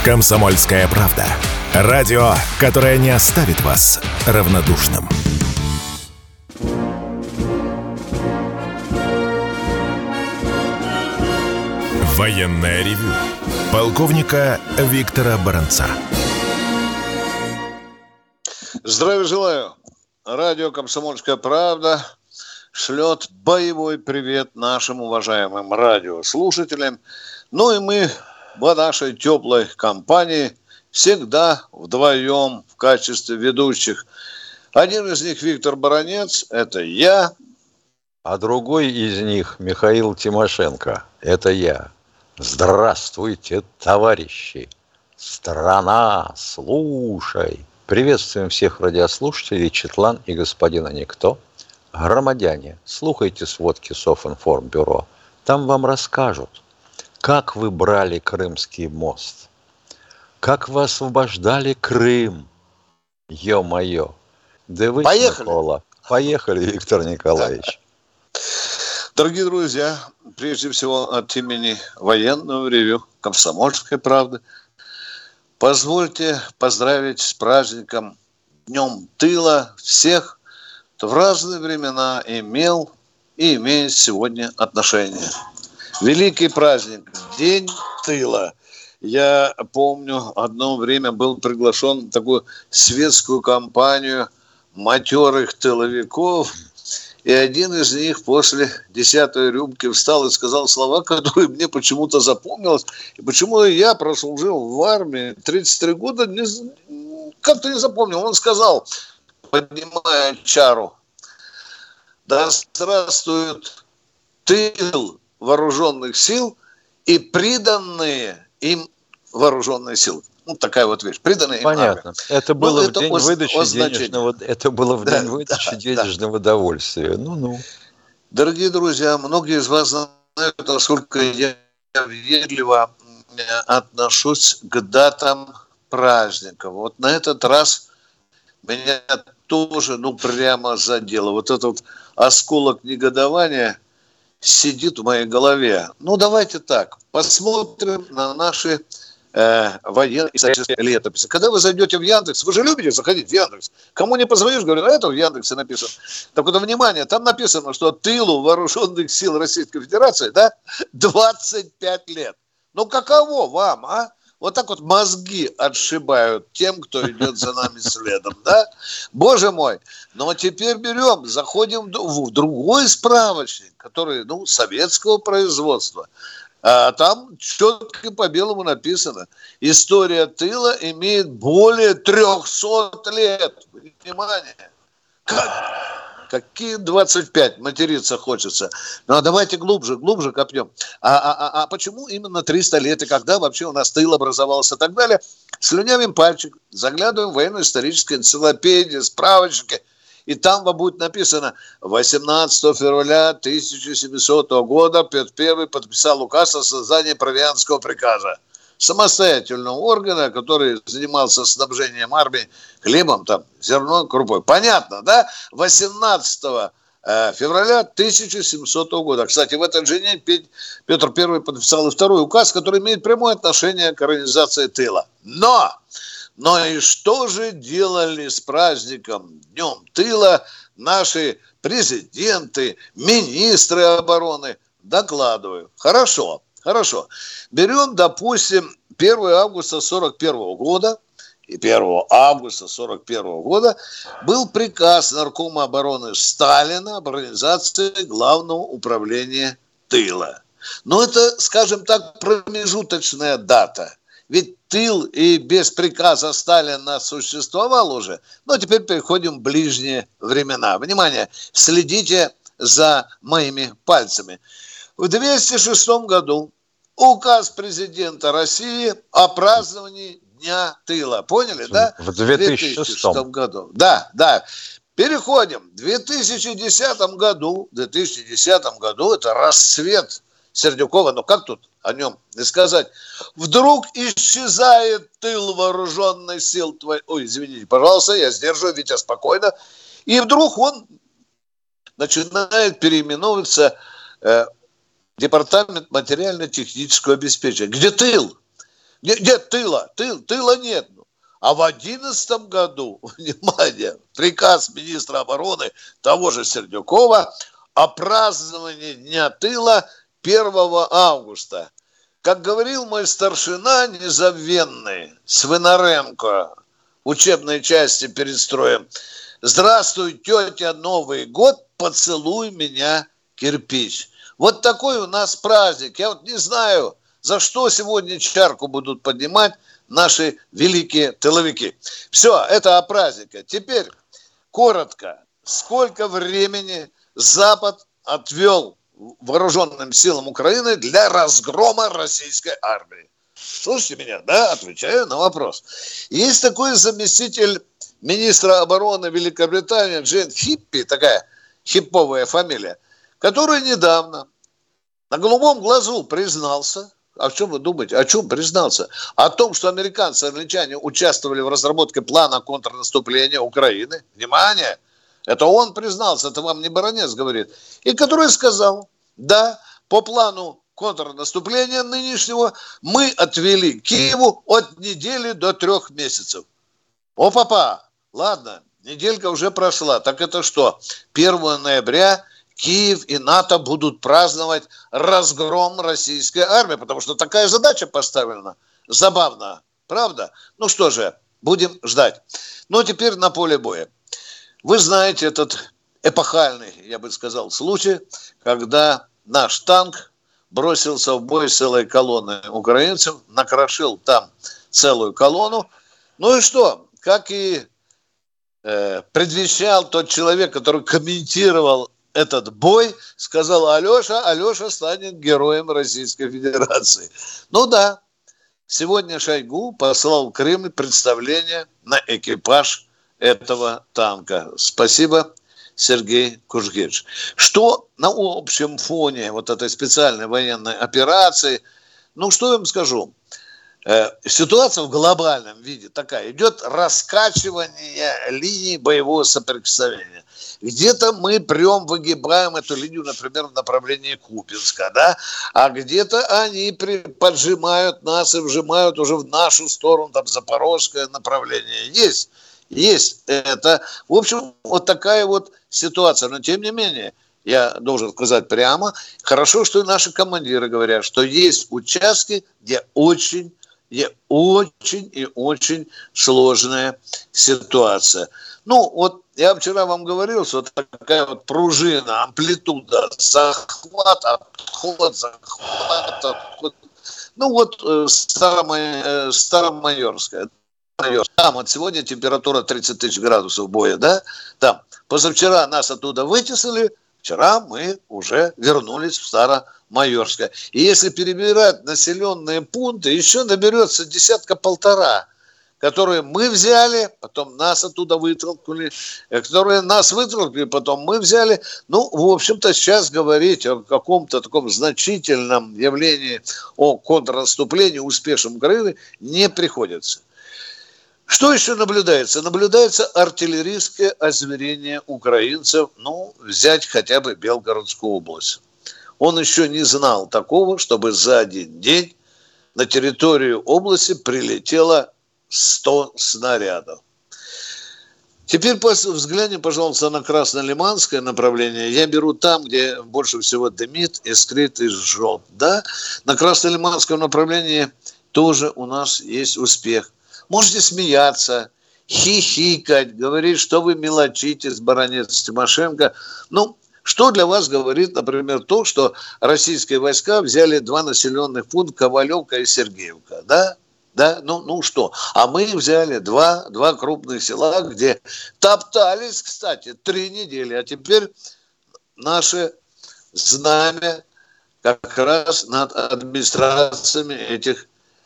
«Комсомольская правда». Радио, которое не оставит вас равнодушным. Военное ревю полковника Виктора Баранца. Здравия желаю. Радио «Комсомольская правда» шлет боевой привет нашим уважаемым радиослушателям. Ну и мы в нашей теплой компании всегда вдвоем в качестве ведущих. Один из них Виктор Баранец, это я. А другой из них Михаил Тимошенко, это я. Здравствуйте, товарищи! Страна, слушай! Приветствуем всех радиослушателей, Четлан и господина Никто. Громадяне, слухайте сводки Софинформбюро. Там вам расскажут, как вы брали Крымский мост, как вы освобождали Крым. Ё-моё. Да вы, Никола. Поехали, Виктор Николаевич. Дорогие друзья, прежде всего от имени военного ревю «Комсомольской правды» позвольте поздравить с праздником Днем тыла всех, кто в разные времена имел и имеет сегодня отношение. Великий праздник, День тыла. Я помню, одно время был приглашен в такую светскую компанию матерых тыловиков, и один из них после 10-й рюмки встал и сказал слова, которые мне почему-то запомнились. И почему я прослужил в армии 33 года, как-то не запомнил. Он сказал, поднимая чару: да здравствует тыл вооруженных сил и приданные им вооруженные силы. Ну, такая вот вещь. Приданные им армии. Понятно. Это было в день выдачи денежного, это было в день выдачи денежного довольствия. Ну-ну. Дорогие друзья, многие из вас знают, насколько я въедливо отношусь к датам праздников. Вот на этот раз меня тоже, прямо задело. Вот этот осколок негодования сидит в моей голове. Давайте так, посмотрим на наши военные исторические летописи. Когда вы зайдете в Яндекс, вы же любите заходить в Яндекс. Кому не позвонишь, говорят, это в Яндексе написано. Так вот, внимание, там написано, что тылу вооруженных сил Российской Федерации, 25 лет. Каково вам, а? Вот так вот мозги отшибают тем, кто идет за нами следом, Боже мой. Но теперь заходим в другой справочник, который, советского производства. А там четко по белому написано: история тыла имеет более 300 лет. Внимание! Какие 25? Материться хочется. Давайте глубже копнем. А почему именно 300 лет? И когда вообще у нас тыл образовался и так далее? Слюнявим пальчик, заглядываем в военно-исторические энциклопедии, справочники. И там вам будет написано: 18 февраля 1700 года Петр I подписал указ о создании Провианского приказа. Самостоятельного органа, который занимался снабжением армии хлебом, зерном, крупой. Понятно, 18 февраля 1700 года. Кстати, в этот же день Петр I подписал и второй указ, который имеет прямое отношение к организации тыла. Но и что же делали с праздником Днем тыла наши президенты, министры обороны? Докладываю. Хорошо. Берем, допустим, 1 августа 1941 года. И 1 августа 1941 года был приказ Наркома обороны Сталина об организации Главного управления тыла. Это, скажем так, промежуточная дата. Ведь тыл и без приказа Сталина существовал уже. Теперь переходим в ближние времена. Внимание, следите за моими пальцами. В 206 году указ президента России о праздновании Дня тыла. Поняли, В 2006 году. Да. Переходим. В 2010 году, это расцвет Сердюкова, как тут о нем не сказать, вдруг исчезает тыл вооруженных сил твоих. Ой, извините, пожалуйста, я сдерживаю, Витя, спокойно. И вдруг он начинает переименовываться Департамент материально-технического обеспечения. Где тыл? Нет, тыла нет. А в 2011 году, внимание, приказ министра обороны того же Сердюкова о праздновании Дня тыла 1 августа. Как говорил мой старшина незабвенный Свинаренко в учебной части перед строем: «Здравствуй, тетя, Новый год, поцелуй меня, кирпич». Вот такой у нас праздник. Я вот не знаю, за что сегодня чарку будут поднимать наши великие тыловики. Все, это о празднике. Теперь коротко. Сколько времени Запад отвел вооруженным силам Украины для разгрома российской армии? Слушайте меня, да? Отвечаю на вопрос. Есть такой заместитель министра обороны Великобритании Джейн Хиппи, такая хипповая фамилия, который недавно на голубом глазу признался. А в чем вы думаете? О чем признался? О том, что американцы и англичане участвовали в разработке плана контрнаступления Украины. Внимание! Это он признался, это вам не Баранец говорит. И который сказал: да, по плану контрнаступления нынешнего мы отвели Киеву от недели до 3 месяцев. О-папа! Ладно, неделька уже прошла. Так это что? 1 ноября Киев и НАТО будут праздновать разгром российской армии, потому что такая задача поставлена. Забавно, правда? Ну что же, будем ждать. Но теперь на поле боя. Вы знаете этот эпохальный, я бы сказал, случай, когда наш танк бросился в бой с целой колонной украинцев, накрошил там целую колонну. Ну и что? Как и предвещал тот человек, который комментировал этот бой, сказал: Алеша станет героем Российской Федерации. Ну да, сегодня Шойгу послал в Кремль представление на экипаж этого танка. Спасибо, Сергей Кужгевич. Что на общем фоне вот этой специальной военной операции, ну что я вам скажу, ситуация в глобальном виде такая. Идет раскачивание линии боевого соприкосновения. Где-то мы прям выгибаем эту линию, например, в направлении Купинска, да? А где-то они поджимают нас и вжимают уже в нашу сторону, там, запорожское направление. Есть это. В общем, вот такая вот ситуация. Но, тем не менее, я должен сказать прямо, хорошо, что и наши командиры говорят, что есть участки, где очень сложная ситуация. Ну, вот я вчера вам говорил, что такая вот пружина, амплитуда, захват, отход, отход. Ну, вот Старомайорская. Там вот сегодня температура 30 тысяч градусов боя, да? Там. Позавчера нас оттуда вытеснили, вчера мы уже вернулись в Старомайорское. И если перебирать населенные пункты, еще наберется 10-1.5, которые мы взяли, потом нас оттуда вытолкнули, которые нас вытолкнули, потом мы взяли. Ну, в общем-то, сейчас говорить о каком-то таком значительном явлении, о контрнаступлении успешном Украины не приходится. Что еще наблюдается? Наблюдается артиллерийское озверение украинцев, ну, взять хотя бы Белгородскую область. Он еще не знал такого, чтобы за один день на территорию области прилетело 100 снарядов. Теперь взглянем, пожалуйста, на Краснолиманское направление. Я беру там, где больше всего дымит, искрит и жжет. Да? На Краснолиманском направлении тоже у нас есть успех. Можете смеяться, хихикать, говорить, что вы мелочитесь, Баранец, Тимошенко. Ну, что для вас говорит, например, то, что российские войска взяли 2 населенных пункта, Ковалевка и Сергеевка, да? Да, ну что? А мы взяли два крупных села, где топтались, кстати, 3 недели. А теперь наше знамя как раз над администрациями этих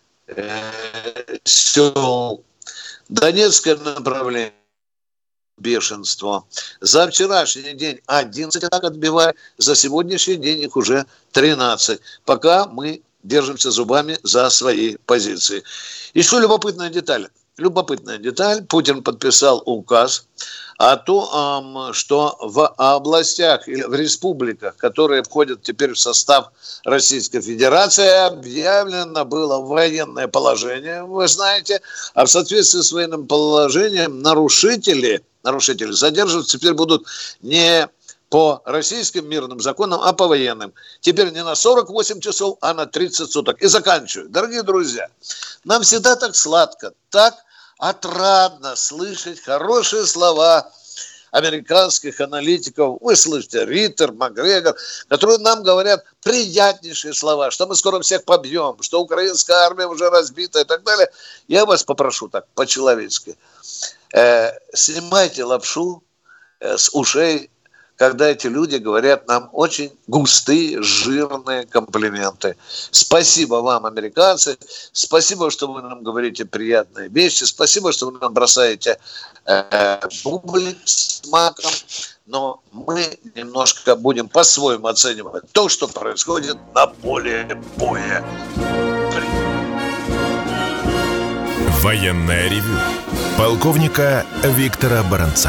сел. Донецкое направление бешенство. За вчерашний день 11 атак отбивали, за сегодняшний день их уже 13. Пока мы держимся зубами за свои позиции. Еще любопытная деталь. любопытная деталь. Путин подписал указ о том, что в областях или в республиках, которые входят теперь в состав Российской Федерации, объявлено было военное положение, вы знаете, а в соответствии с военным положением нарушители задерживаться теперь будут не по российским мирным законам, а по военным. Теперь не на 48 часов, а на 30 суток. И заканчиваю. Дорогие друзья, нам всегда так сладко, так отрадно слышать хорошие слова американских аналитиков. Вы слышите, Риттер, Макгрегор, которые нам говорят приятнейшие слова, что мы скоро всех побьем, что украинская армия уже разбита и так далее. Я вас попрошу так, по-человечески. Снимайте лапшу с ушей, когда эти люди говорят нам очень густые, жирные комплименты. Спасибо вам, американцы. Спасибо, что вы нам говорите приятные вещи. Спасибо, что вы нам бросаете бублик с маком. Но мы немножко будем по-своему оценивать то, что происходит на поле боя. Военное ревю полковника Виктора Баранца.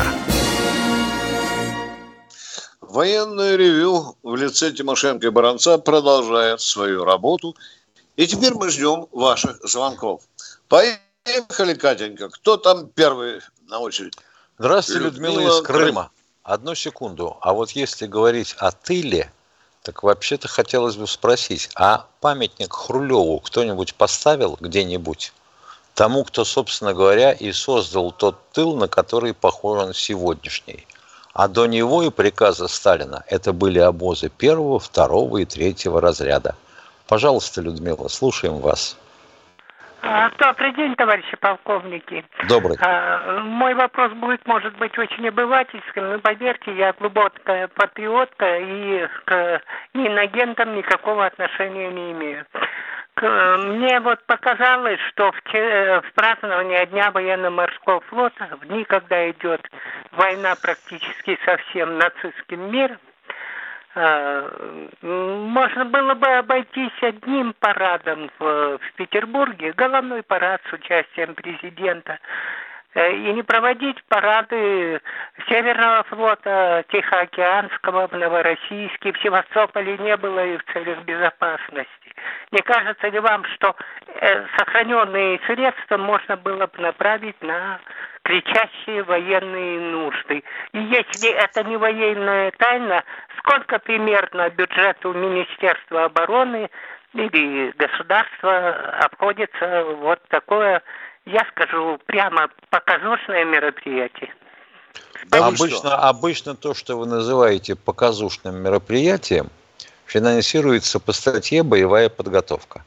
Военное ревю в лице Тимошенко и Баранца продолжает свою работу. И теперь мы ждем ваших звонков. Поехали, Катенька. Кто там первый на очередь? Здравствуйте, Людмила из Крыма. Одну секунду. А вот если говорить о тыле, так вообще-то хотелось бы спросить, а памятник Хрулеву кто-нибудь поставил где-нибудь? Тому, кто, собственно говоря, и создал тот тыл, на который похож сегодняшний. А до него и приказа Сталина это были обозы 1, 2 и 3 разряда. Пожалуйста, Людмила, слушаем вас. Добрый день, товарищи полковники. Добрый. Мой вопрос будет, может быть, очень обывательским, но поверьте, я глубокая патриотка и к инагентам никакого отношения не имею. Мне вот показалось, что в праздновании Дня военно-морского флота, в дни, когда идет война практически со всем нацистским миром, можно было бы обойтись одним парадом в Петербурге, головной парад с участием президента, и не проводить парады Северного флота, Тихоокеанского, в Новороссийске, в Севастополе не было и в целях безопасности. Не кажется ли вам, что сохраненные средства можно было бы направить на кричащие военные нужды? И если это не военная тайна, сколько примерно бюджету Министерства обороны или государства обходится вот такое, я скажу прямо, показушное мероприятие? Обычно то, что вы называете показушным мероприятием, финансируется по статье «Боевая подготовка».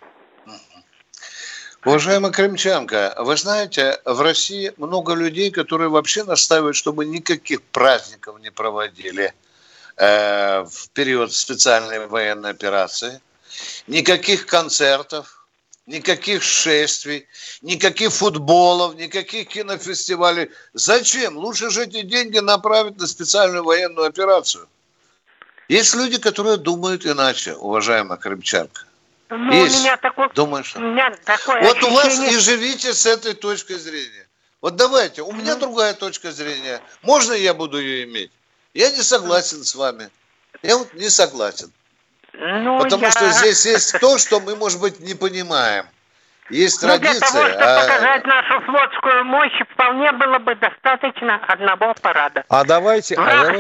Уважаемая крымчанка, вы знаете, в России много людей, которые вообще настаивают, чтобы никаких праздников не проводили в период специальной военной операции, никаких концертов, никаких шествий, никаких футболов, никаких кинофестивалей. Зачем? Лучше же эти деньги направить на специальную военную операцию. Есть люди, которые думают иначе, уважаемая крымчанка. Ну, есть. У меня такое вот ощущение... у вас и живите с этой точкой зрения. Вот давайте, у меня другая точка зрения. Можно я буду ее иметь? Я не согласен с вами. Я вот не согласен. Потому что здесь есть то, что мы, может быть, не понимаем. Есть традиция. Для того, чтобы показать нашу флотскую мощь, вполне было бы достаточно одного парада. Давайте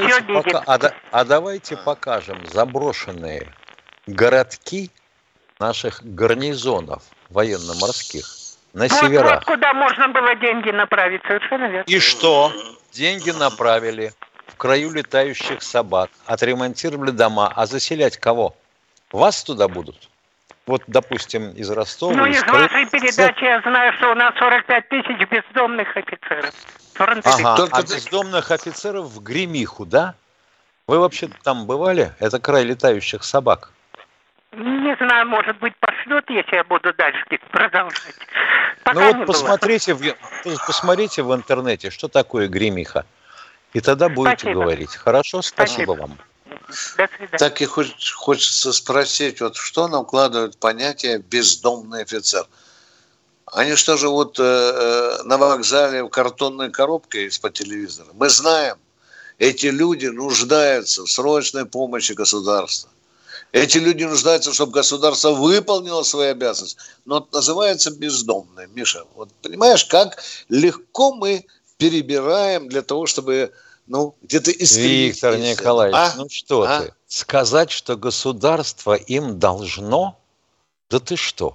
покажем заброшенные городки наших гарнизонов военно-морских на северах. Куда можно было деньги направить, совершенно верно. И что? Деньги направили в краю летающих собак, отремонтировали дома, а заселять кого? Вас туда будут? Вот, допустим, из Ростова... из вашей передачи я знаю, что у нас 45 тысяч бездомных офицеров. Бездомных офицеров в Гремиху, да? Вы вообще там бывали? Это край летающих собак. Не знаю, может быть, пошлют, если я буду дальше продолжать. Посмотрите в интернете, что такое Гремиха. И тогда будете говорить. Хорошо, спасибо вам. Так и хочется спросить, вот что нам вкладывает понятие «бездомный офицер». Они что же вот на вокзале в картонной коробке из-под телевизора? Мы знаем, эти люди нуждаются в срочной помощи государства. Эти люди нуждаются, чтобы государство выполнило свои обязанности. Но это называется бездомные, Миша. Вот понимаешь, как легко мы перебираем для того, чтобы где-то искривить. Виктор Николаевич, что ты? Сказать, что государство им должно? Да ты что?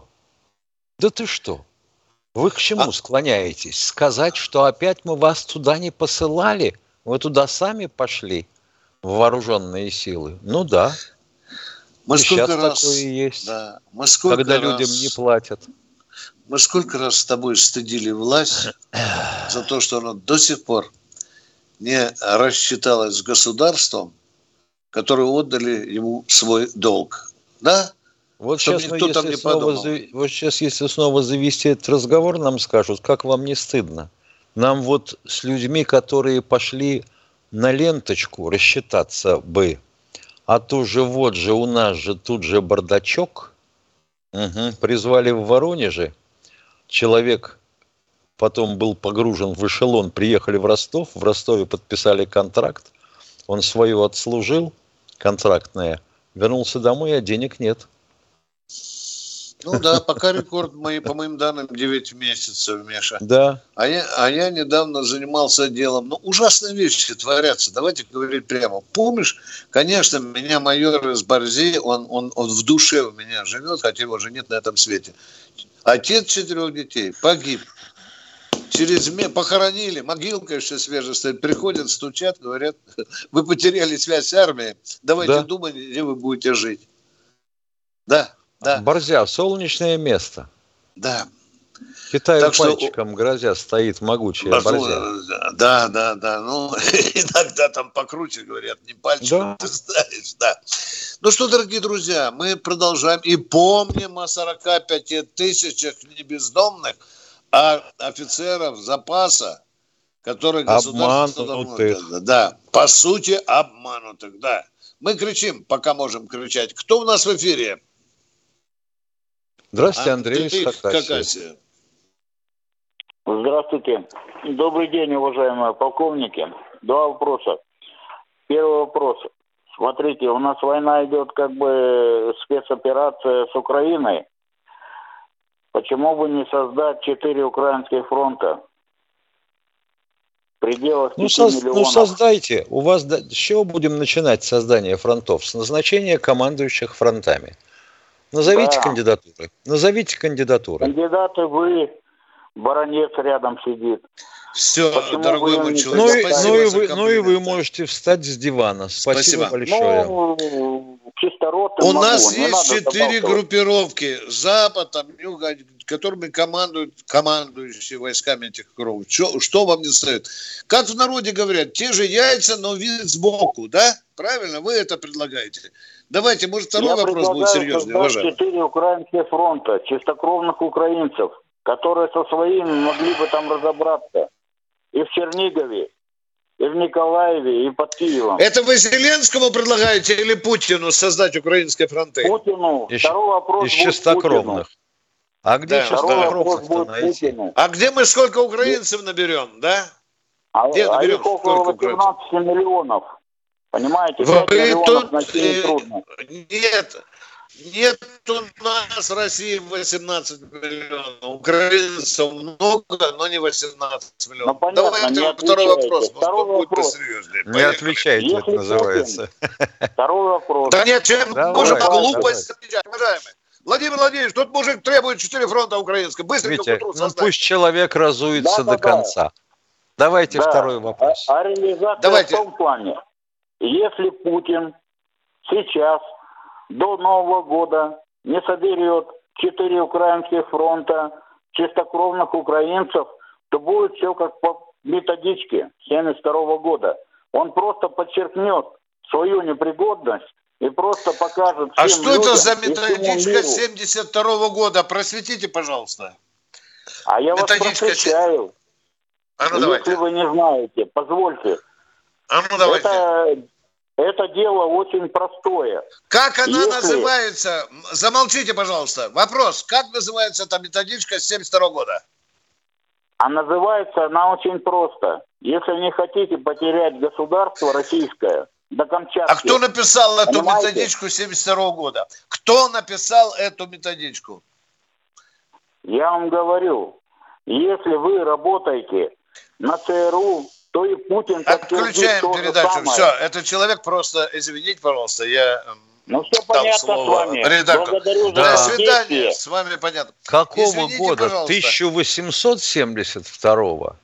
Вы к чему склоняетесь? Сказать, что опять мы вас туда не посылали? Вы туда сами пошли, в вооруженные силы? Ну да. Мы сейчас сколько раз, такое есть, да, когда людям не платят. Мы сколько раз с тобой стыдили власть за то, что она до сих пор не рассчиталась с государством, которое отдали ему свой долг. Да? Вот сейчас, если снова завести этот разговор, нам скажут, как вам не стыдно. Нам вот с людьми, которые пошли на ленточку рассчитаться бы, а то же вот же у нас же тут же бардачок, призвали в Воронеже, человек потом был погружен в эшелон, приехали в Ростов, в Ростове подписали контракт, он свое отслужил, контрактное, вернулся домой, а денег нет. Ну да, пока рекорд по моим данным 9 месяцев, Миша. Да. А я недавно занимался делом. Ужасные вещи творятся. Давайте говорить прямо. Помнишь, конечно, меня майор из Борзи, он в душе у меня живет, хотя его уже нет на этом свете. Отец 4 детей погиб. Похоронили, могилка еще свежая стоит. Приходят, стучат, говорят, вы потеряли связь с армией. Давайте думать, где вы будете жить. Да. Борзя, солнечное место. Да. Китаю пальчиком грозя стоит могучая Борзя. Да. Иногда там покруче говорят, не пальчиком ты знаешь, да. Ну что, дорогие друзья, мы продолжаем и помним о 45 тысячах не бездомных, а офицеров запаса, которые государство обманутых. Да, по сути, обманутых, да. Мы кричим, пока можем кричать. Кто у нас в эфире? Здравствуйте, Андрей из Хакасии. Здравствуйте. Добрый день, уважаемые полковники. 2 вопроса. Первый вопрос. Смотрите, у нас война идет спецоперация с Украиной. Почему бы не создать 4 украинских фронта? В пределах 5 миллионов. Создайте. У вас с чего будем начинать создание фронтов? С назначения командующих фронтами. Назовите кандидатуры. Кандидаты вы, Баранец рядом сидит. Все, дорогой мой человек. Вы можете встать с дивана. Спасибо большое. У нас есть 4 группировки. Запад, Юг, которыми командуют командующие войсками этих кругов. Что вам не стоит? Как в народе говорят, те же яйца, но вид сбоку, да? Правильно? Вы это предлагаете. Давайте, может, второй вопрос будет серьезный, уважаемый. 4 украинских фронта, чистокровных украинцев, которые со своими могли бы там разобраться. И в Чернигове, и в Николаеве, и под Киевом. Это вы Зеленскому предлагаете или Путину создать украинские фронты? Путину. Второй вопрос из чистокровных. А где чистокровных-то найти? А где мы сколько украинцев наберем, да? Где наберем их около 18 миллионов. Понимаете, 5 миллионов найти трудно. Нет у нас в России 18 миллионов. Украинцев много, но не 18 миллионов. Давайте второй вопрос. Не отвечайте, это называется. Второй вопрос. Да нет, чем можем глупость отвечать, уважаемые. Владимир Владимирович, тут мужик требует 4 фронта украинского. Быстренько пусть человек разуется до конца. Давайте второй вопрос. А реализация в том плане, если Путин сейчас до Нового года не соберет 4 украинских фронта чистокровных украинцев, то будет все как по методичке 1972 года. Он просто подчеркнет свою непригодность и просто покажет всем. А что это за методичка 1972 года? Просветите, пожалуйста. А я методичка вас просвещаю. Если вы не знаете, позвольте. Давайте. Это Это дело очень простое. Как она называется? Замолчите, пожалуйста. Вопрос. Как называется эта методичка с 1972 года? А называется она очень просто. Если не хотите потерять государство российское до Камчатки... А кто написал эту методичку 1972 года? Кто написал эту методичку? Я вам говорю, если вы работаете на ЦРУ, то и Путин... Отключаем передачу. Все, этот человек просто, извините, пожалуйста, я... Ну, все понятно с вами. Редактор. Благодарю за До свидания. С вами понятно. Какого Извините, года? Пожалуйста. 1872?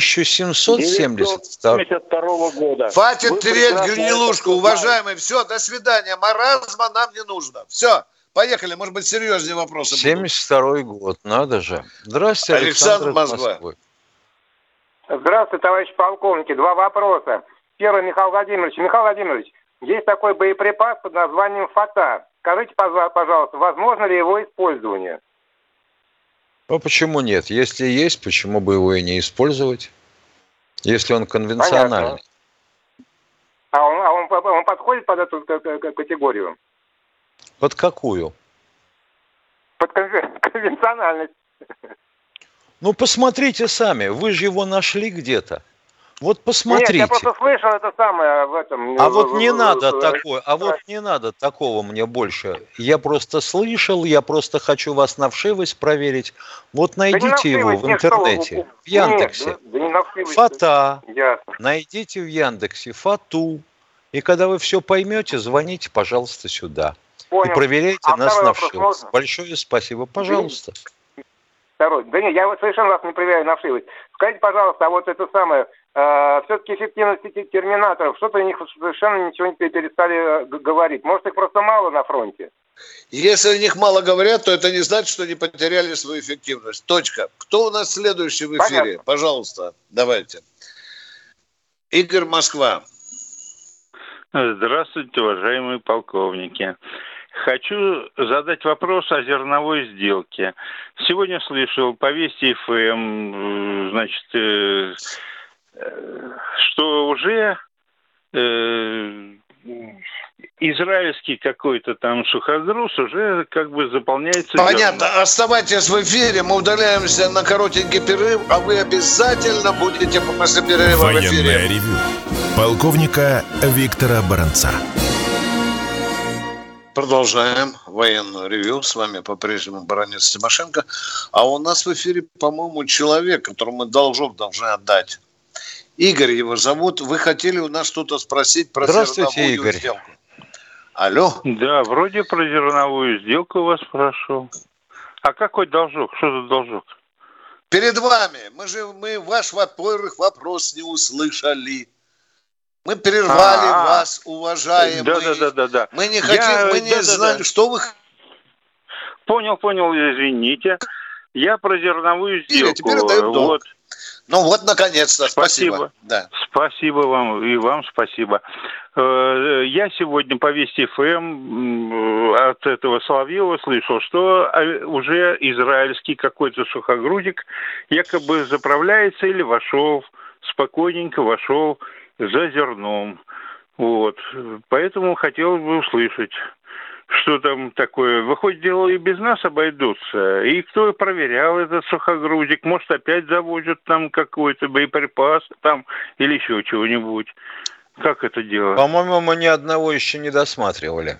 1772 года. Хватит тереть гнилушку, уважаемые. Все, до свидания. Маразма нам не нужно. Все, поехали. Может быть, серьезнее вопросы 72 год, надо же. Здравствуйте, Александр из Москвы. Здравствуйте, товарищ полковники. Два вопроса. Первый, Михаил Владимирович. Михаил Владимирович, есть такой боеприпас под названием «Фата». Скажите, пожалуйста, возможно ли его использование? А почему нет? Если есть, почему бы его и не использовать? Если он конвенциональный. Понятно. А он подходит под эту категорию? Под какую? Под конвенциональность. Ну, посмотрите сами. Вы же его нашли где-то. Вот посмотрите. Нет, я просто слышал это самое в этом. Вот не надо такое. Вот не надо такого мне больше. Я просто слышал, я просто хочу вас на вшивость проверить. Вот найдите его в интернете, в Яндексе. Фата. Найдите в Яндексе Фату. И когда вы все поймете, звоните, пожалуйста, сюда. Понял. И проверяйте нас на вшивость. Большое спасибо. Пожалуйста. Второй. Да нет, я совершенно вас не проверяю на вшивость. Скажите, пожалуйста, а вот это самое... все-таки эффективность терминаторов, что-то у них совершенно ничего не перестали говорить. Может, их просто мало на фронте? Если о них мало говорят, то это не значит, что они потеряли свою эффективность. Точка. Кто у нас следующий в эфире? Понятно. Пожалуйста, давайте. Игорь, Москва. Здравствуйте, уважаемые полковники. Хочу задать вопрос о зерновой сделке. Сегодня слышал по Вести ФМ, значит... что уже израильский какой-то там сухогруз уже как бы заполняется. Понятно. Зерном. Оставайтесь в эфире. Мы удаляемся на коротенький перерыв, а вы обязательно будете после перерыва в эфире. Военное ревю полковника Виктора Баранца. Продолжаем военное ревью. С вами по-прежнему Баранец Тимошенко. А у нас в эфире, по-моему, человек, которому должок должны отдать. Игорь его зовут. Вы хотели у нас что-то спросить про зерновую Игорь. сделку. Алло. Да, вроде про зерновую сделку у вас спрашивал. А какой должок? Что за должок? Перед вами. Мы ваш во-первых вопрос не услышали. Мы прервали вас, уважаемые. Да. Мы не хотим, мы не знали, что вы... Понял, извините. Я про зерновую сделку. Теперь даем долг. Вот. Ну вот, наконец-то, спасибо. Да. Спасибо вам, и вам спасибо. Я сегодня по Вести ФМ от этого Соловьева слышал, что уже израильский какой-то сухогрузик якобы заправляется или спокойненько вошел за зерном. Вот. Поэтому хотелось бы услышать, что там такое. Выходит, дело и без нас обойдутся. И кто проверял этот сухогрузик? Может, опять завозят там какой-то боеприпас там или еще чего-нибудь? Как это дело? По-моему, мы ни одного еще не досматривали.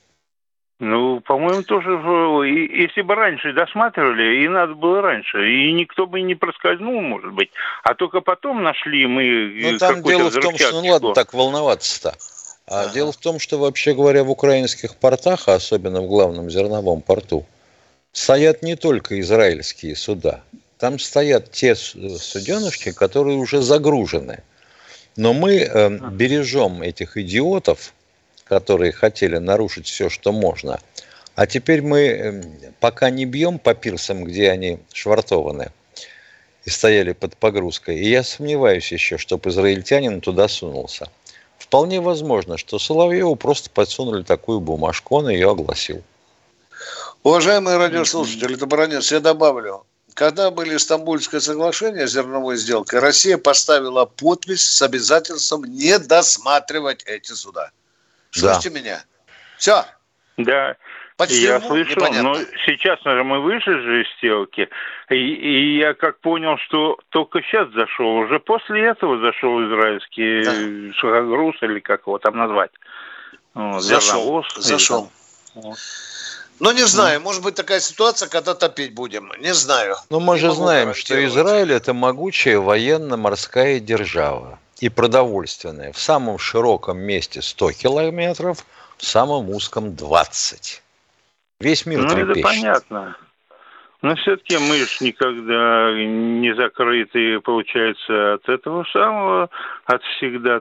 Ну, по-моему, тоже, если бы раньше досматривали, и надо было раньше, и никто бы не проскользнул, может быть, а только потом нашли мы... Ну, там дело в том, что, ладно, так волноваться-то. Дело в том, что, вообще говоря, в украинских портах, а особенно в главном зерновом порту, стоят не только израильские суда. Там стоят те суденышки, которые уже загружены. Но мы бережем этих идиотов, которые хотели нарушить все, что можно. А теперь мы пока не бьем по пирсам, где они швартованы и стояли под погрузкой. И я сомневаюсь еще, чтобы израильтянин туда сунулся. Вполне возможно, что Соловьеву просто подсунули такую бумажку, он ее огласил. Уважаемые радиослушатели, это Баранец, я добавлю. Когда были Стамбульское соглашение с зерновой сделкой, Россия поставила подпись с обязательством не досматривать эти суда. Слышите меня? Все. Да. Почему? Я слышу, Непонятно. но сейчас мы вышли же из сделки, и я как понял, что только сейчас зашел, уже после этого зашел израильский сухогруз, или как его там назвать. Вот, Зашел. Ну, не знаю, может быть такая ситуация, когда топить будем, не знаю. Но мы же знаем, что Израиль – это могучая военно-морская держава и продовольственная. В самом широком месте 100 километров, в самом узком 20. Весь мир трепещет. Это понятно. Но все-таки мы же никогда не закрыты, получается, от этого самого, всегда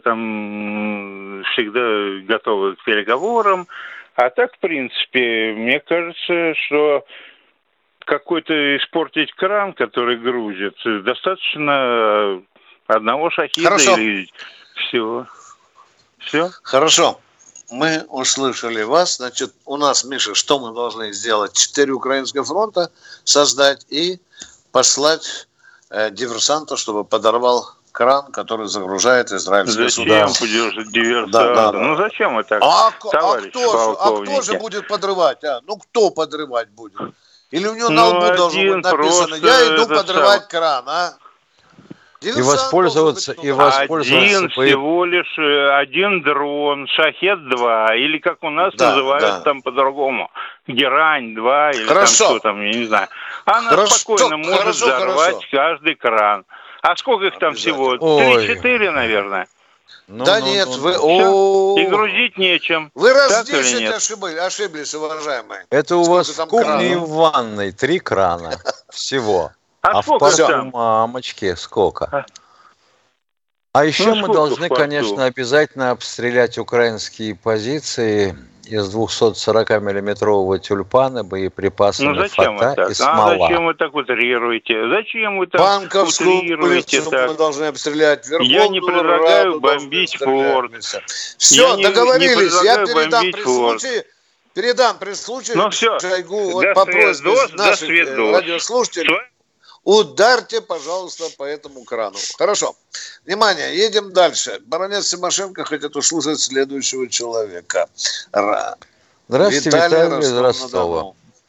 готовы к переговорам. А так, в принципе, мне кажется, что какой-то испортить кран, который грузит, достаточно одного шахида. Хорошо. Или всего. Все? Хорошо. Мы услышали вас. Значит, у нас, Миша, что мы должны сделать? 4 украинских фронта создать и послать диверсанта, чтобы подорвал кран, который загружает израильское суда. Зачем поддерживать диверсанта? Да. Ну зачем это, товарищ полковник? Кто же будет подрывать? Ну кто подрывать будет? Или у него на лбу должно быть написано: я иду подрывать кран, И воспользоваться один всего лишь один дрон, Шахед-2, или как у нас называют там по-другому, Герань-2, или там что там, я не знаю. Она спокойно может взорвать каждый кран. А сколько их там всего? 3-4, наверное. Нет, вы... И грузить нечем. Вы раз 10 ошиблись, уважаемые. Это у вас в кухне и в ванной 3 крана всего. А в порту, мамочки, сколько? А еще мы должны, конечно, обязательно обстрелять украинские позиции из 240-миллиметрового тюльпана боеприпасами «Фата» и «Смола». Зачем вы так утрируете? Зачем вы так утрируете? Мы должны обстрелять Верховную Я не предлагаю бомбить форт. Все, договорились. Я передам при случае Шойгу по просьбе наших радиослушателей. Ударьте, пожалуйста, по этому крану. Хорошо. Внимание, едем дальше. Баронец Тимошенко хотят услышать следующего человека. Здравствуйте, Виталий из Ростова.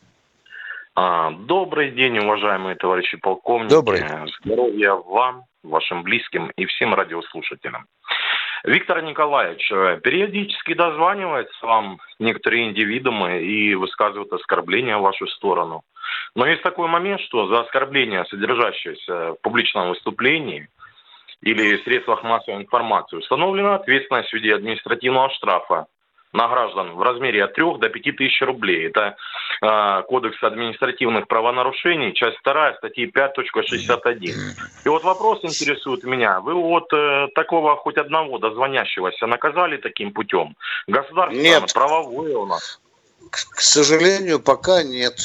Добрый день, уважаемые товарищи полковники. Добрый. Здоровья вам, вашим близким и всем радиослушателям. Виктор Николаевич, периодически дозваниваются вам некоторые индивидуумы и высказывают оскорбления в вашу сторону. Но есть такой момент, что за оскорбление, содержащееся в публичном выступлении или в средствах массовой информации, установлена ответственность в виде административного штрафа на граждан в размере от 3 до 5 тысяч рублей. Это Кодекс административных правонарушений, часть 2 статьи 5.61. И вот вопрос интересует меня. Вы вот такого хоть одного дозвонящегося наказали таким путем? Государство нет. Правовое у нас? К сожалению, пока нет.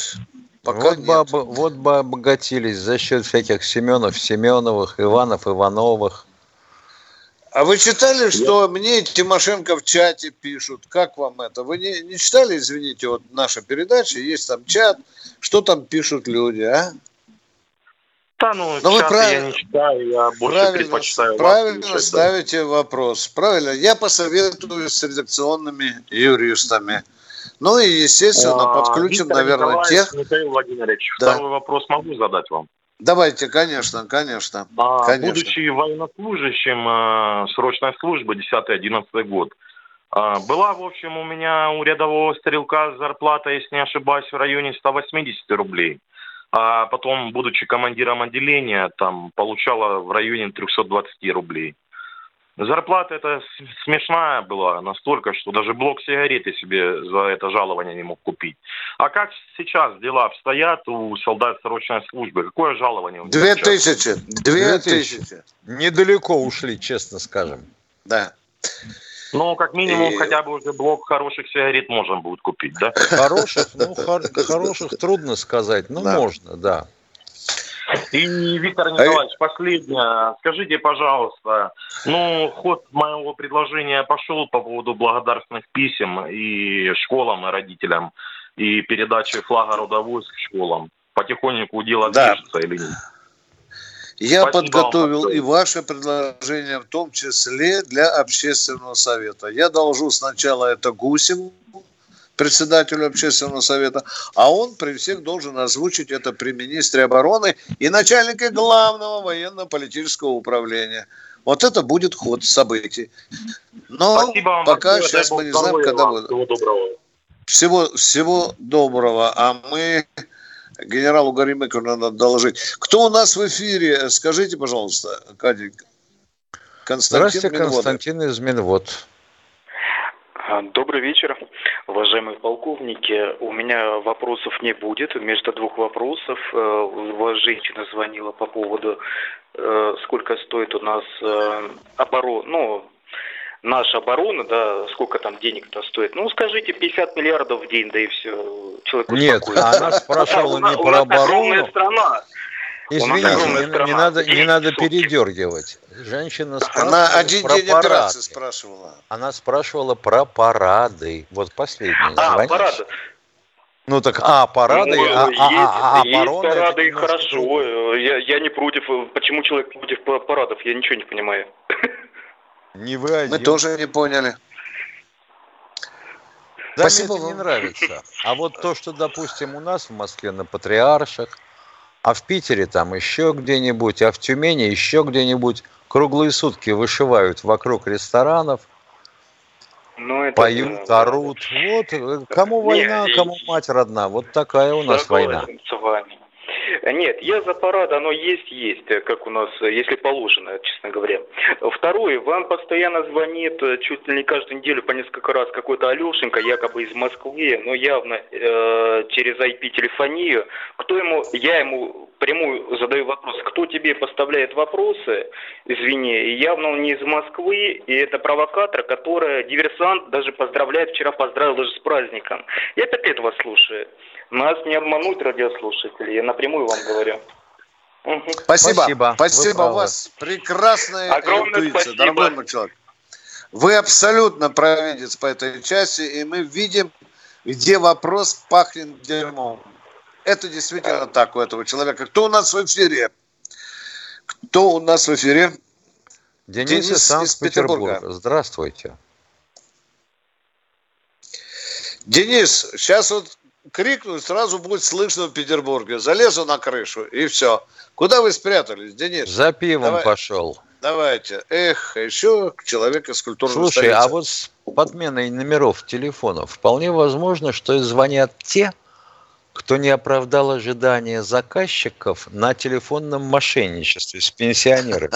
Вот бы обогатились за счет всяких Семеновых, Ивановых. А вы читали, что мне Тимошенко в чате пишут? Как вам это? Вы не читали, извините, вот наша передача, есть там чат, что там пишут люди, а? Да, чат я не читаю, я больше предпочитаю. Правильно ставите вопрос. Правильно, я посоветуюсь с редакционными юристами. Ну и, естественно, подключим, Виктор наверное, Николаевич, тех... Михаил Владимирович, второй вопрос могу задать вам? Давайте, конечно. Будучи военнослужащим срочной службы 10-11 год, была, в общем, у меня у рядового стрелка зарплата, если не ошибаюсь, в районе 180 рублей. А потом, будучи командиром отделения, там получала в районе 320 рублей. Зарплата эта смешная была настолько, что даже блок сигареты себе за это жалование не мог купить. А как сейчас дела обстоят у солдат срочной службы? Какое жалование у них? 2000. Недалеко ушли, честно скажем. Да. Ну, как минимум, хотя бы уже блок хороших сигарет можно будет купить, да? Хороших трудно сказать, но можно, да. И, Виктор Николаевич, последнее. Скажите, пожалуйста, ход моего предложения пошел по поводу благодарственных писем и школам, и родителям, и передачи флага рода войск школам. Потихоньку дело движется или нет? Я Спасибо подготовил вам и ваше предложение, в том числе для общественного совета. Я должу сначала это Гусеву, председателю общественного совета, а он при всех должен озвучить это при министре обороны и начальнике главного военно-политического управления. Вот это будет ход событий. Но Спасибо вам пока большое, сейчас мы не знаем, здоровья когда вам. будет. Всего доброго. Всего доброго. А мы генералу Горемыку надо доложить. Кто у нас в эфире? Скажите, пожалуйста, Катенька. Здравствуйте, Константин из Минвод. Добрый вечер, уважаемые полковники. У меня вопросов не будет. Вместо двух вопросов женщина звонила по поводу, сколько стоит у нас наша оборона, да, сколько там денег-то стоит. Ну, скажите, 50 миллиардов в день, да и все. Человек Нет, она спрашивала не про оборону. Извините, не надо передергивать. Женщина спрашивала она один про день парады. операции спрашивала. Она спрашивала про парады. Вот последний. Парады. Ну так, парады, оборона. Есть парады, хорошо. Я не против. Почему человек против парадов? Я ничего не понимаю. Не вы один. Мы тоже не поняли. Да, мне это не нравится. А вот то, что, допустим, у нас в Москве на Патриарших, а в Питере там еще где-нибудь, а в Тюмени еще где-нибудь круглые сутки вышивают вокруг ресторанов, поют, орут. Вот кому война, кому мать родна. Вот такая у нас война. Нет, я за парад, оно есть, как у нас, если положено, честно говоря. Второе, вам постоянно звонит чуть ли не каждую неделю по несколько раз какой-то Алешенька, якобы из Москвы, но явно через IP-телефонию. Я ему прямую задаю вопрос, кто тебе поставляет вопросы, извини, и явно он не из Москвы, и это провокатор, который диверсант, даже вчера поздравил даже с праздником. Я 5 лет вас слушаю. Нас не обмануть, радиослушатели, я напрямую вам говорю. Спасибо. У вас прекрасная интуиция, дорогой мой человек. Вы абсолютно провидец по этой части, и мы видим, где вопрос пахнет дерьмом. Это действительно так у этого человека. Кто у нас в эфире? Денис из Санкт-Петербурга. Здравствуйте. Денис, сейчас вот крикнуть, сразу будет слышно в Петербурге. Залезу на крышу, и все. Куда вы спрятались, Денис? За пивом пошел. Давайте. Еще человек из культурной столицы. Слушай, а вот с подменой номеров телефонов вполне возможно, что звонят те, кто не оправдал ожидания заказчиков на телефонном мошенничестве с пенсионерами.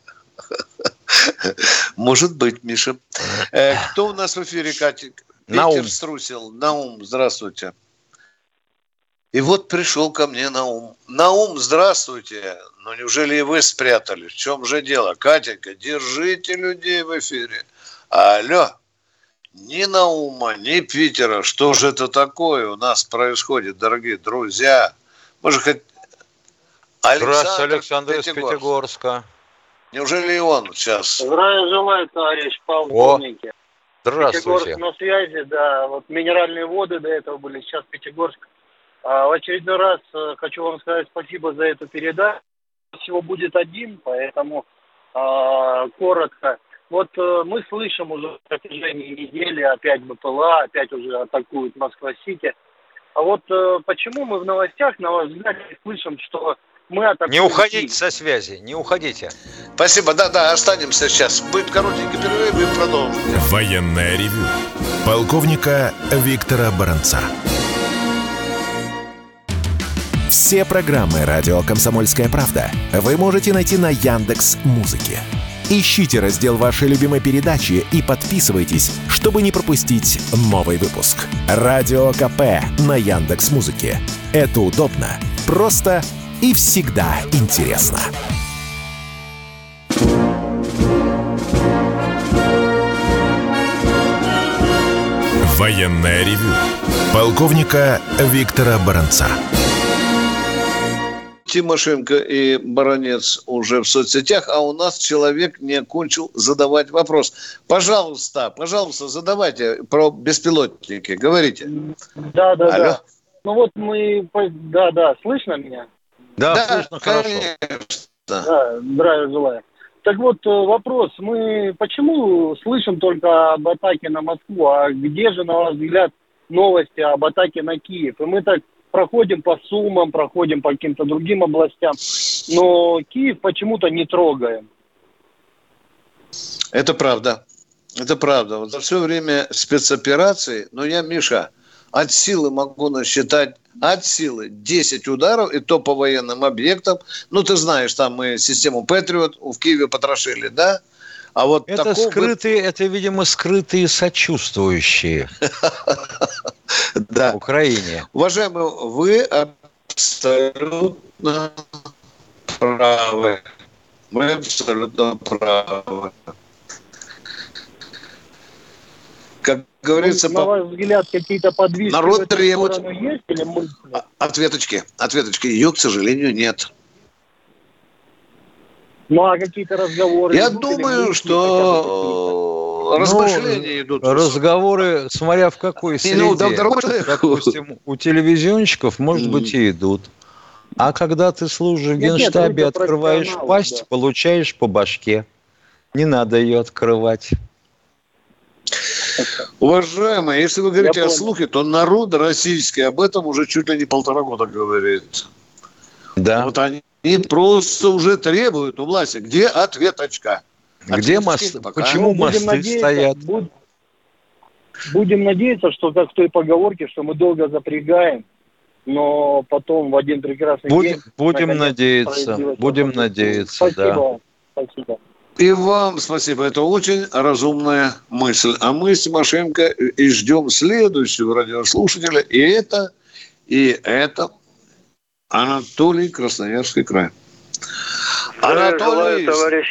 Может быть, Миша. Кто у нас в эфире, Катя? Питер струсил. Наум, здравствуйте. И вот пришел ко мне Наум. Наум, здравствуйте. Ну, неужели и вы спрятали? В чем же дело? Катенька, держите людей в эфире. Алло. Ни Наума, ни Питера. Что же это такое у нас происходит, дорогие друзья? Мы же хоть... Здравствуйте, Александр из Пятигорска. Неужели и он сейчас? Здравия желаю, товарищ полковники. Здравствуйте. Пятигорск на связи, да. Вот минеральные воды до этого были, сейчас Пятигорск. В очередной раз хочу вам сказать спасибо за эту передачу. Всего будет один, поэтому коротко. Вот мы слышим уже в протяжении недели опять БПЛА, опять уже атакуют Москва-Сити. А вот почему мы в новостях, на ваш взгляд, слышим, что мы атакуем... Не уходите со связи, не уходите. Спасибо, да, останемся сейчас. Будет коротенький перерыв и продолжим. Военное ревю полковника Виктора Баранца. Все программы «Радио Комсомольская правда» вы можете найти на Яндекс.Музыке. Ищите раздел вашей любимой передачи и подписывайтесь, чтобы не пропустить новый выпуск. Радио КП на Яндекс.Музыке. Это удобно, просто и всегда интересно. Военное ревю полковника Виктора Баранца. Тимошенко и Баранец уже в соцсетях, а у нас человек не окончил задавать вопрос. Пожалуйста, задавайте про беспилотники. Говорите. Да. Ну вот мы... Да, слышно меня? Да, слышно конечно. Да, здравия желаю. Так вот, вопрос. Мы почему слышим только об атаке на Москву, а где же, на ваш взгляд, новости об атаке на Киев? И мы так проходим по Сумам, проходим по каким-то другим областям, но Киев почему-то не трогаем. Это правда. Это правда. Вот за все время спецоперации, я, Миша, от силы могу насчитать, 10 ударов, и то по военным объектам. Ты знаешь, там мы систему Патриот в Киеве потрошили, да? А вот это скрытые, это, видимо, скрытые сочувствующие в Украине. Уважаемые, вы абсолютно правы. Мы абсолютно правы. Как говорится, на ваш взгляд, какие-то подвижки народ требует есть или мысли? Ответочки. Ее, к сожалению, нет. А какие-то разговоры? Я думаю, что размышления идут. Разговоры, смотря в какой среде. Допустим, у телевизионщиков, может быть, и идут. А когда ты служишь в Генштабе, открываешь пасть, получаешь по башке. Не надо ее открывать. Уважаемые, если вы говорите о слухе, то народ российский об этом уже чуть ли не 1,5 года говорит. Да. Вот они просто уже требуют у власти. Где ответочка? Где мосты? Почему мосты стоят? Будем надеяться, что как в той поговорке, что мы долго запрягаем, но потом в один прекрасный день... Будем надеяться, Спасибо. Спасибо. И вам спасибо. Это очень разумная мысль. А мы с Тимошенко и ждем следующего радиослушателя. И это Анатолий, Красноярский край. Здравия желаю,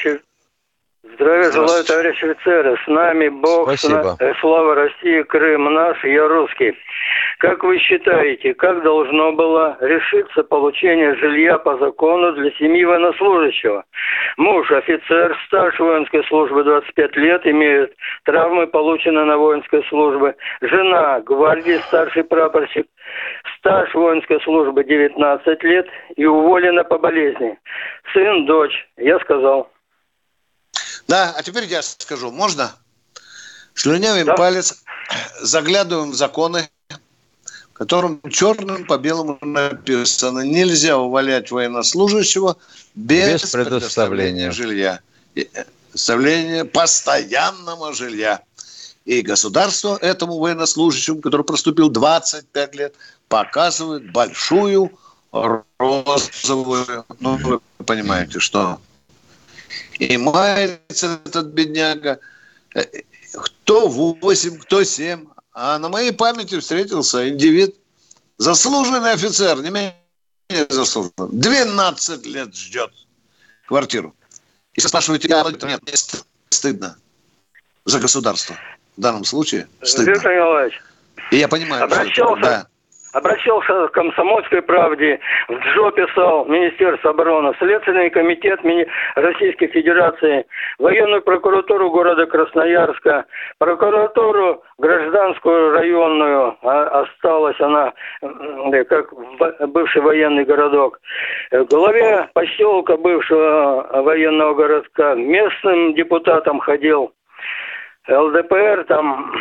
товарищи офицеры. С нами Бог, слава России, Крым наш, я русский. Как вы считаете, как должно было решиться получение жилья по закону для семьи военнослужащего? Муж, офицер, стаж воинской службы 25 лет, имеет травмы, полученные на воинской службе. Жена, гвардии, старший прапорщик, стаж воинской службы 19 лет и уволена по болезни. Сын, дочь, я сказал. Да, а теперь я скажу, можно? Слюнявим палец, заглядываем в законы, в котором черным по белому написано: нельзя увольнять военнослужащего без предоставления жилья. Предоставления постоянного жилья. И государство этому военнослужащему, который проступил 25 лет, показывает большую розовую, вы понимаете, что... И мается этот бедняга. Кто 8, кто 7. А на моей памяти встретился индивид, заслуженный офицер, не менее заслуженный. 12 лет ждет квартиру. Если спрашиваете, нет, мне стыдно за государство. В данном случае стыдно. Виктор Николаевич, и я понимаю, обращался к «Комсомольской правде», в ДЖО писал Министерство обороны, Следственный комитет Российской Федерации, военную прокуратуру города Красноярска, прокуратуру гражданскую районную, осталась она как бывший военный городок, главе поселка бывшего военного городка, местным депутатом ходил, ЛДПР там...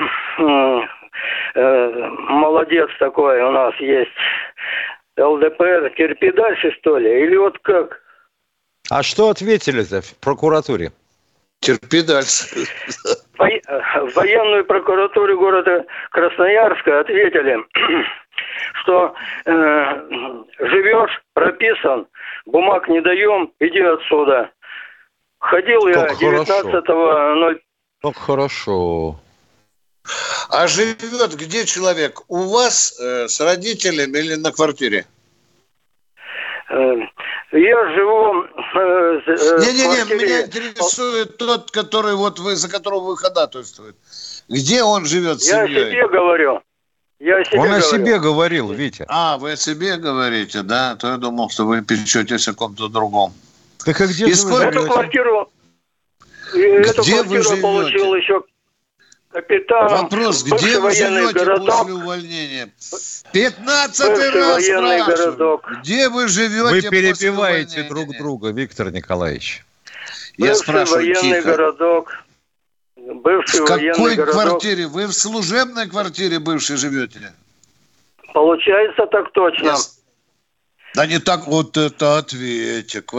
молодец такой у нас есть. ЛДПР. Терпи дальше, что ли? Или вот как? А что ответили-то в прокуратуре? Терпи дальше. В военную прокуратуру города Красноярска ответили, что живешь, прописан, бумаг не даем, иди отсюда. Ходил я 19.0. Как хорошо. А живет где человек? У вас с родителями или на квартире? Я живу... Не-не-не, меня интересует тот, который за которого вы ходатайствуете. Где он живет с семьей? Я о себе говорю. Он о себе говорил, Витя. А, вы о себе говорите, да? То я думал, что вы печетесь о ком-то другом. Так а где же вы живете? Эту квартиру получил еще... капитаном. Вопрос, где вы живете после увольнения? 15-й раз спрашиваю. Городок. Где вы живете? Вы перебиваете друг друга, Виктор Николаевич. Я спрашиваю, военный тихо. Городок. Бывший в какой городок. Квартире? Вы в служебной квартире бывшей живете? Получается так точно. Да не так, вот это ответик.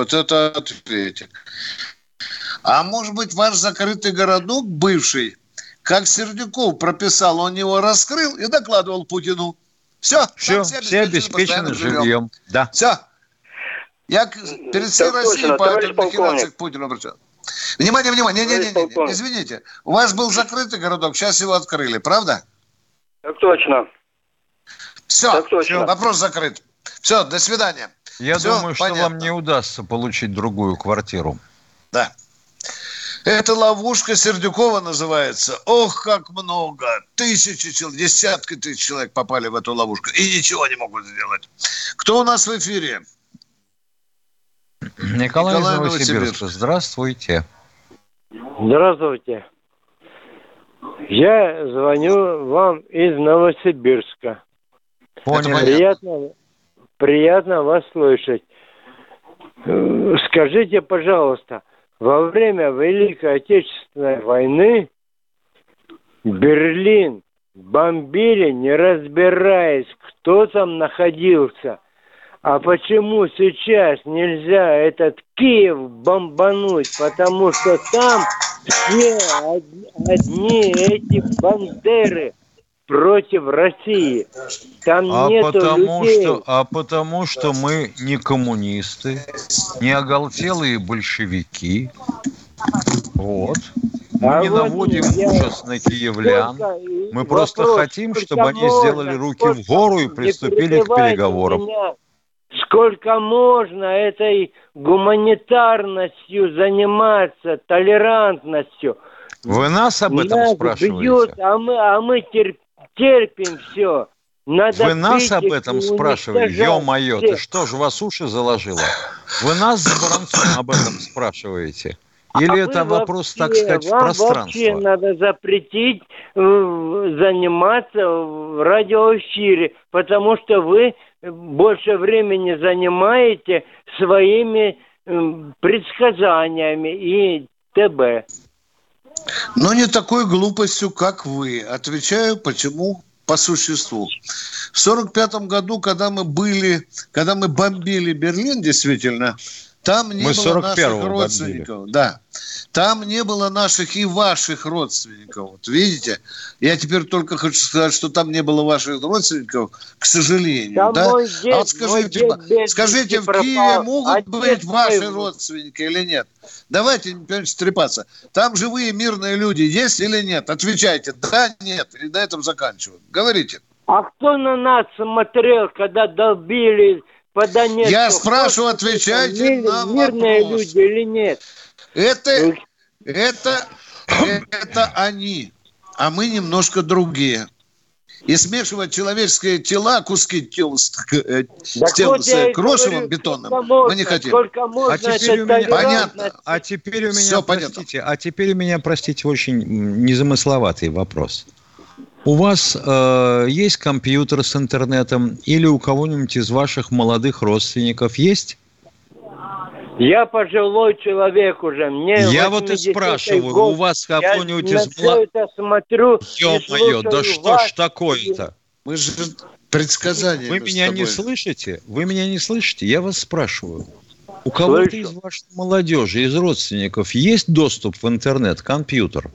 А может быть, ваш закрытый городок бывший, как Сердюков прописал, он его раскрыл и докладывал Путину. Все обеспечены жильем. Да. Все. Я перед всей Россией по этой махинации к Путину обращался. Внимание. Не, извините. У вас был закрытый городок, сейчас его открыли, правда? Так точно. Все, вопрос закрыт. Все, до свидания. Я думаю, что вам не удастся получить другую квартиру. Да. Это ловушка Сердюкова называется. Ох, как много. Тысячи человек, десятки тысяч человек попали в эту ловушку и ничего не могут сделать. Кто у нас в эфире? Николай из Новосибирска. Здравствуйте. Здравствуйте. Я звоню вам из Новосибирска. Понял. Приятно вас слышать. Скажите, пожалуйста, во время Великой Отечественной войны Берлин бомбили, не разбираясь, кто там находился. А почему сейчас нельзя этот Киев бомбануть? Потому что там все одни эти бандеры против России. Там нету людей. Потому что мы не коммунисты, не оголтелые большевики. Вот. Мы не наводим ужас на киевлян. Мы просто хотим, чтобы они сделали руки в гору и приступили к переговорам. Сколько можно этой гуманитарностью заниматься, толерантностью? Вы нас об этом спрашиваете? Бьют, а мы терпим все. Надо вы нас об этом спрашиваете? Ё-моё, ты что ж, у вас уши заложило? Вы нас с Баранцом об этом спрашиваете? Или это вопрос, так сказать, в пространство? Вообще надо запретить заниматься в радиоэфире, потому что вы больше времени занимаете своими предсказаниями и т.б. Но не такой глупостью, как вы. Отвечаю, почему по существу. В 1945 году, когда мы бомбили Берлин, действительно, там не было наших родственников. Бомбили. Да. Там не было наших и ваших родственников. Вот видите? Я теперь только хочу сказать, что там не было ваших родственников, к сожалению. Там да? Дед, а вот скажите, в Киеве могут быть ваши родственники или нет? Давайте не трепаться. Там живые мирные люди есть или нет? Отвечайте, да, нет, и на этом заканчиваем. Говорите. А кто на нас смотрел, когда долбили по Донецку? Я спрашиваю, отвечайте на вопрос. Мирные люди или нет? Это они, а мы немножко другие. И смешивать человеческие тела, куски тел с крошевым бетонным мы не хотим. Понятно. А теперь у меня, простите, очень незамысловатый вопрос. У вас есть компьютер с интернетом или у кого-нибудь из ваших молодых родственников есть? Я пожилой человек уже. Я вот и спрашиваю, у вас какой-нибудь из молодых... Ё-моё, да что ж такое-то? Мы же предсказания. Вы меня не слышите? Вы меня не слышите? Я вас спрашиваю. У кого-то из вашей молодежи, из родственников есть доступ в интернет, компьютер?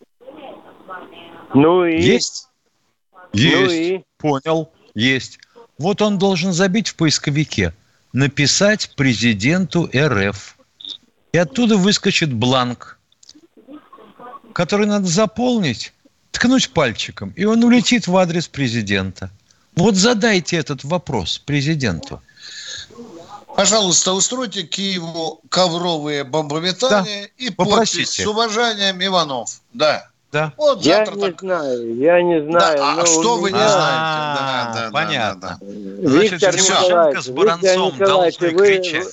Ну и? Есть? Есть. Понял. Есть. Вот он должен забить в поисковике. Написать президенту РФ. И оттуда выскочит бланк, который надо заполнить, ткнуть пальчиком, и он улетит в адрес президента. Вот задайте этот вопрос президенту. Пожалуйста, устройте Киеву ковровые бомбометания и подпись с уважением Иванов. Да. Да. Вот я не знаю. Да, что вы не знаете? Понятно. Виктор Николаевич, с Баранцом должны кричать.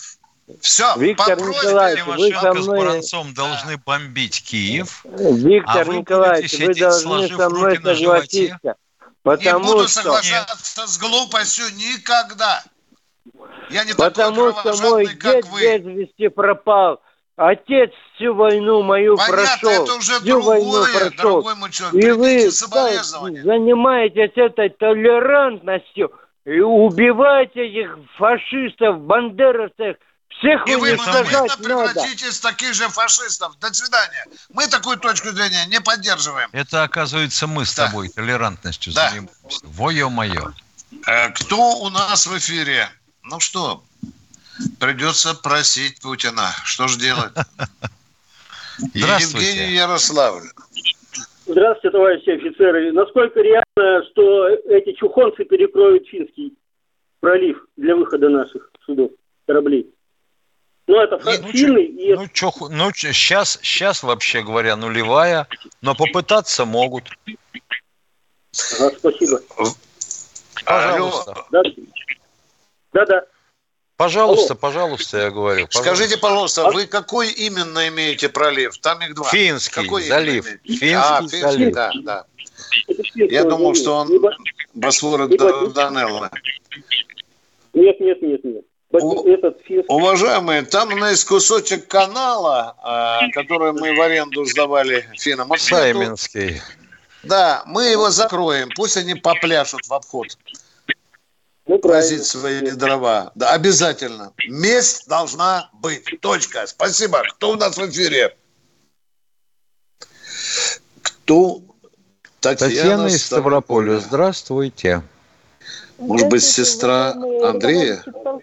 Все, Виктор Николаевич, вы со с мной... Баранцом должны бомбить Киев. Виктор Николаевич, вы должны со мной согласиться. Не буду соглашаться с глупостью никогда. Я не потому такой что мой дед без вести пропал. Отец всю войну мою прошел. Это уже всю войну прошел. И вы занимаетесь этой толерантностью и убиваете этих фашистов, бандеровцев. Всех и вы уничтожать превратитесь в таких же фашистов. До свидания. Мы такую точку зрения не поддерживаем. Это, оказывается, мы с тобой толерантностью занимаемся. Во-ё-моё. Кто у нас в эфире? Ну что, придется просить Путина. Что же делать? Здравствуйте. Евгений Ярославль. Здравствуйте, товарищи офицеры. Насколько реально, что эти чухонцы перекроют Финский пролив для выхода наших судов, кораблей? Ну, это финны. Сейчас, вообще говоря, нулевая, но попытаться могут. Ага, спасибо. Пожалуйста. Да. Пожалуйста, я говорю. Пожалуйста. Скажите, пожалуйста, вы какой именно имеете пролив? Там их два. Финский залив. Финский залив. Да. Я думал, что он Босфор Дарданеллы. Нет. Уважаемые, там есть кусочек канала, который мы в аренду сдавали финнам. Сайминский. Да, мы его закроем. Пусть они попляшут в обход. Возить свои дрова. Да, обязательно. Месть должна быть. Точка. Спасибо. Кто у нас в эфире? Татьяна из Ставрополя. Здравствуйте. Может быть, сестра Андрея?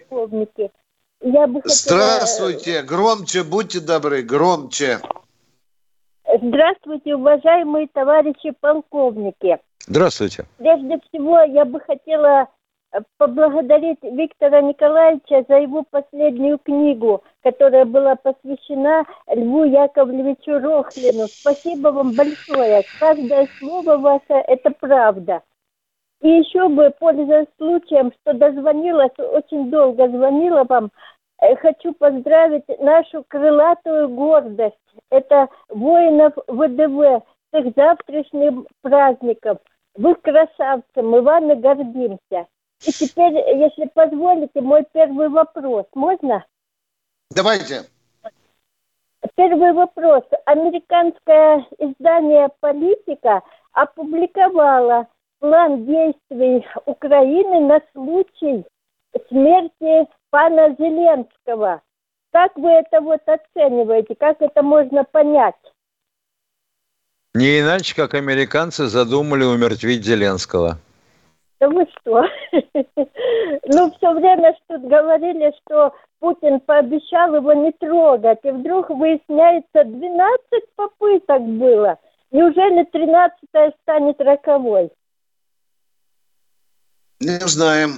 Здравствуйте. Громче, будьте добры. Громче. Здравствуйте, уважаемые товарищи полковники. Здравствуйте. Прежде всего, я бы хотела поблагодарить Виктора Николаевича за его последнюю книгу, которая была посвящена Льву Яковлевичу Рохлину. Спасибо вам большое. Каждое слово ваше – это правда. И еще бы, пользуясь случаем, что дозвонилась, очень долго звонила вам, хочу поздравить нашу крылатую гордость. Это воинов ВДВ с их завтрашним праздником. Вы красавцы, мы вами гордимся. И теперь, если позволите, мой первый вопрос. Можно? Давайте. Первый вопрос. Американское издание «Политика» опубликовало план действий Украины на случай смерти пана Зеленского. Как вы это оцениваете? Как это можно понять? Не иначе, как американцы задумали умертвить Зеленского. Да вы что? Ну, все время что говорили, что Путин пообещал его не трогать. И вдруг выясняется, 12 попыток было. Неужели 13-я станет роковой? Не знаем.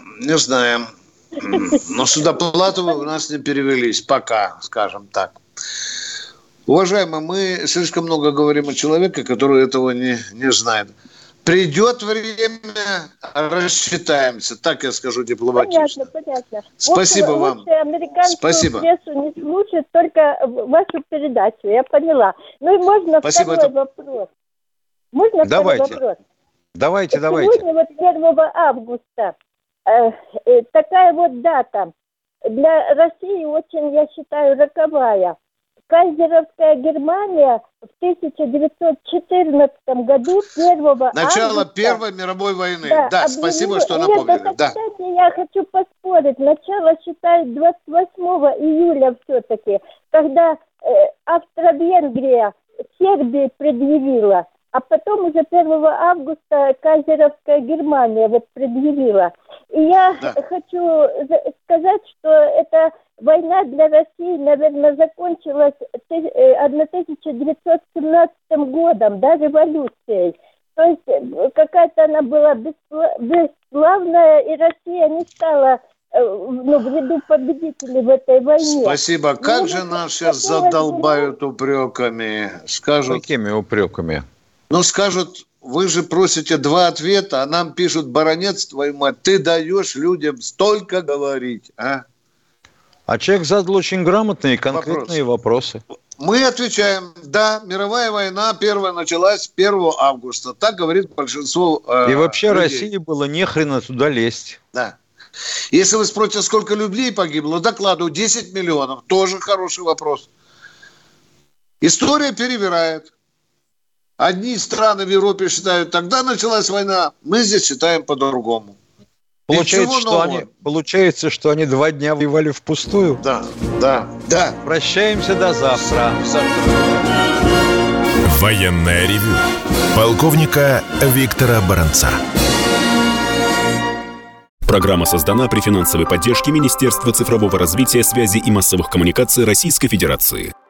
Но судоплату у нас не перевелись. Пока, скажем так. Уважаемые, мы слишком много говорим о человеке, который этого не знает. Придет время, рассчитаемся. Так я скажу дипломатично. Понятно. Спасибо вам. Американскую прессу не слушают, только вашу передачу. Я поняла. Ну и можно второй вопрос. Можно второй вопрос? Давайте. Сегодня 1 августа такая дата для России очень, я считаю, роковая. Кайзеровская Германия в 1914 году 1 августа... Начало Первой мировой войны. Да, спасибо, что напомнили. Нет, кстати, я хочу поспорить. Начало считают 28 июля все-таки, когда Австро-Венгрия Сербии предъявила, а потом уже 1 августа Кайзеровская Германия предъявила. И я хочу сказать, что эта война для России, наверное, закончилась 1917 годом, революцией. То есть какая-то она была бесславная, и Россия не стала в ряду победителей в этой войне. Спасибо. Как же нас сейчас задолбают упреками? Скажут... Какими упреками? Скажут, вы же просите 2 ответа, а нам пишут: баронец, твою мать, ты даешь людям столько говорить, а? А человек задал очень грамотные и конкретные вопросы. Мы отвечаем, да, мировая война первая началась 1 августа. Так говорит большинство И вообще людей. России было нехрена туда лезть. Да. Если вы спросите, сколько людей погибло, докладываю, 10 миллионов. Тоже хороший вопрос. История перевирает. Одни страны в Европе считают, тогда началась война. Мы здесь считаем по-другому. Получается, что они 2 дня воевали впустую? Да. Прощаемся до завтра. Военное ревю полковника Виктора Баранца. Программа создана при финансовой поддержке Министерства цифрового развития, связи и массовых коммуникаций Российской Федерации.